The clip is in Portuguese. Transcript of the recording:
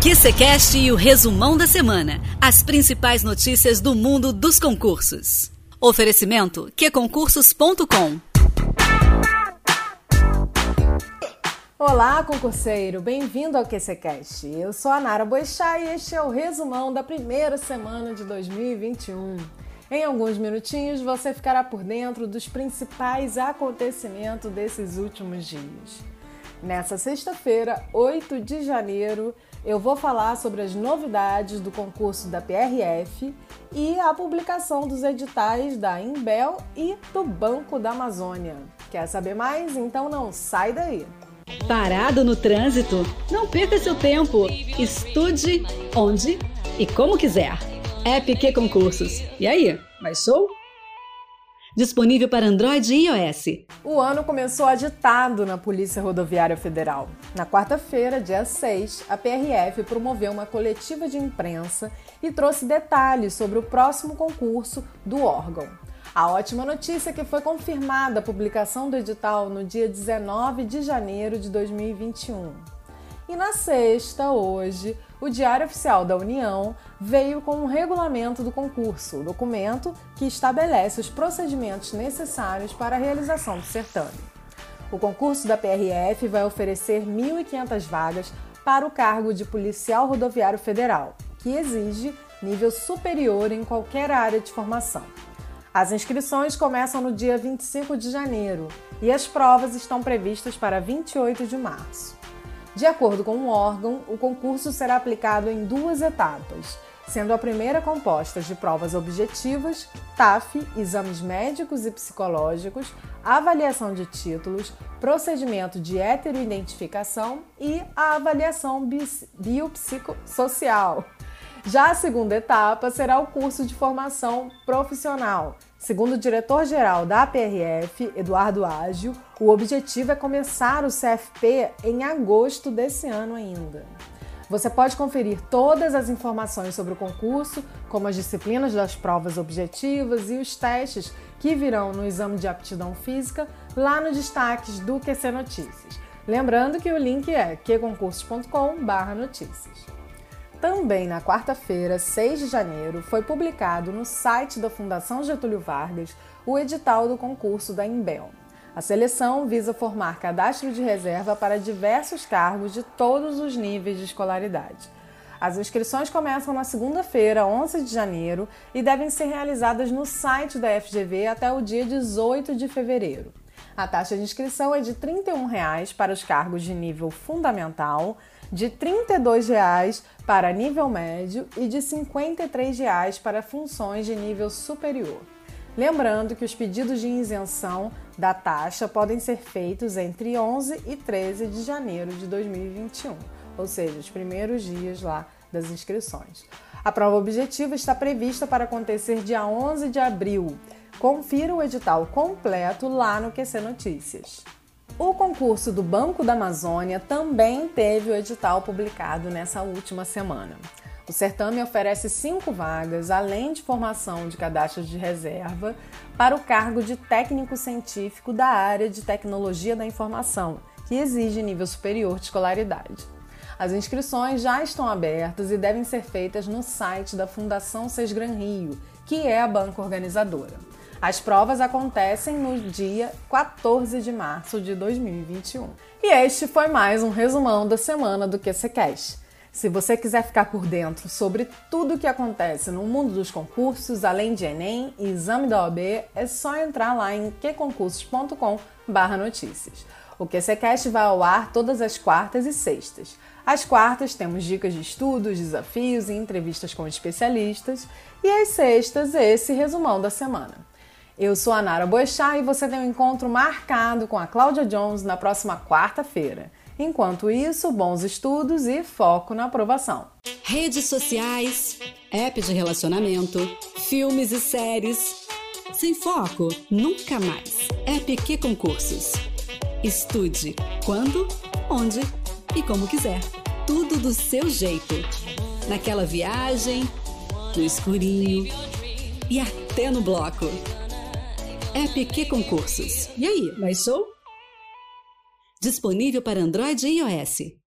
QCCast e o resumão da semana. As principais notícias do mundo dos concursos. Oferecimento qconcursos.com. Olá, concurseiro! Bem-vindo ao QCCast. Eu sou a Nara Boechat e este é o resumão da primeira semana de 2021. Em alguns minutinhos você ficará por dentro dos principais acontecimentos desses últimos dias. Nessa sexta-feira, 8 de janeiro, eu vou falar sobre as novidades do concurso da PRF e a publicação dos editais da Imbel e do Banco da Amazônia. Quer saber mais? Então não sai daí! Parado no trânsito? Não perca seu tempo. Estude onde e como quiser. App QConcursos. E aí, baixou? Disponível para Android e iOS. O ano começou agitado na Polícia Rodoviária Federal. Na quarta-feira, dia 6, a PRF promoveu uma coletiva de imprensa e trouxe detalhes sobre o próximo concurso do órgão. A ótima notícia é que foi confirmada a publicação do edital no dia 19 de janeiro de 2021. E na sexta, hoje, o Diário Oficial da União veio com um regulamento do concurso, o documento que estabelece os procedimentos necessários para a realização do certame. O concurso da PRF vai oferecer 1.500 vagas para o cargo de policial rodoviário federal, que exige nível superior em qualquer área de formação. As inscrições começam no dia 25 de janeiro e as provas estão previstas para 28 de março. De acordo com o órgão, o concurso será aplicado em duas etapas, sendo a primeira composta de provas objetivas, TAF, exames médicos e psicológicos, avaliação de títulos, procedimento de heteroidentificação e a avaliação biopsicossocial. Já a segunda etapa será o curso de formação profissional. Segundo o diretor-geral da PRF, Eduardo Ágio, o objetivo é começar o CFP em agosto desse ano ainda. Você pode conferir todas as informações sobre o concurso, como as disciplinas das provas objetivas e os testes que virão no exame de aptidão física, lá nos destaques do QC Notícias. Lembrando que o link é qconcursos.com/notícias. Também na quarta-feira, 6 de janeiro, foi publicado no site da Fundação Getúlio Vargas o edital do concurso da Imbel. A seleção visa formar cadastro de reserva para diversos cargos de todos os níveis de escolaridade. As inscrições começam na segunda-feira, 11 de janeiro, e devem ser realizadas no site da FGV até o dia 18 de fevereiro. A taxa de inscrição é de R$ 31,00 para os cargos de nível fundamental, de R$ 32,00 para nível médio e de R$ 53,00 para funções de nível superior. Lembrando que os pedidos de isenção da taxa podem ser feitos entre 11 e 13 de janeiro de 2021, ou seja, os primeiros dias lá das inscrições. A prova objetiva está prevista para acontecer dia 11 de abril. Confira o edital completo lá no QC Notícias. O concurso do Banco da Amazônia também teve o edital publicado nessa última semana. O certame oferece 5 vagas, além de formação de cadastros de reserva, para o cargo de técnico científico da área de tecnologia da informação, que exige nível superior de escolaridade. As inscrições já estão abertas e devem ser feitas no site da Fundação Sesgran Rio, que é a banca organizadora. As provas acontecem no dia 14 de março de 2021. E este foi mais um resumão da semana do QCCast. Se você quiser ficar por dentro sobre tudo o que acontece no mundo dos concursos, além de Enem e exame da OAB, é só entrar lá em qconcursos.com/notícias. O QCCast vai ao ar todas as quartas e sextas. Às quartas temos dicas de estudos, desafios e entrevistas com especialistas. E às sextas, esse resumão da semana. Eu sou a Nara Boechat e você tem um encontro marcado com a Cláudia Jones na próxima quarta-feira. Enquanto isso, bons estudos e foco na aprovação. Redes sociais, app de relacionamento, filmes e séries. Sem foco, nunca mais. App QConcursos. Estude quando, onde e como quiser. Tudo do seu jeito. Naquela viagem, no escurinho e até no bloco. App QConcursos. E aí, baixou? Disponível para Android e iOS.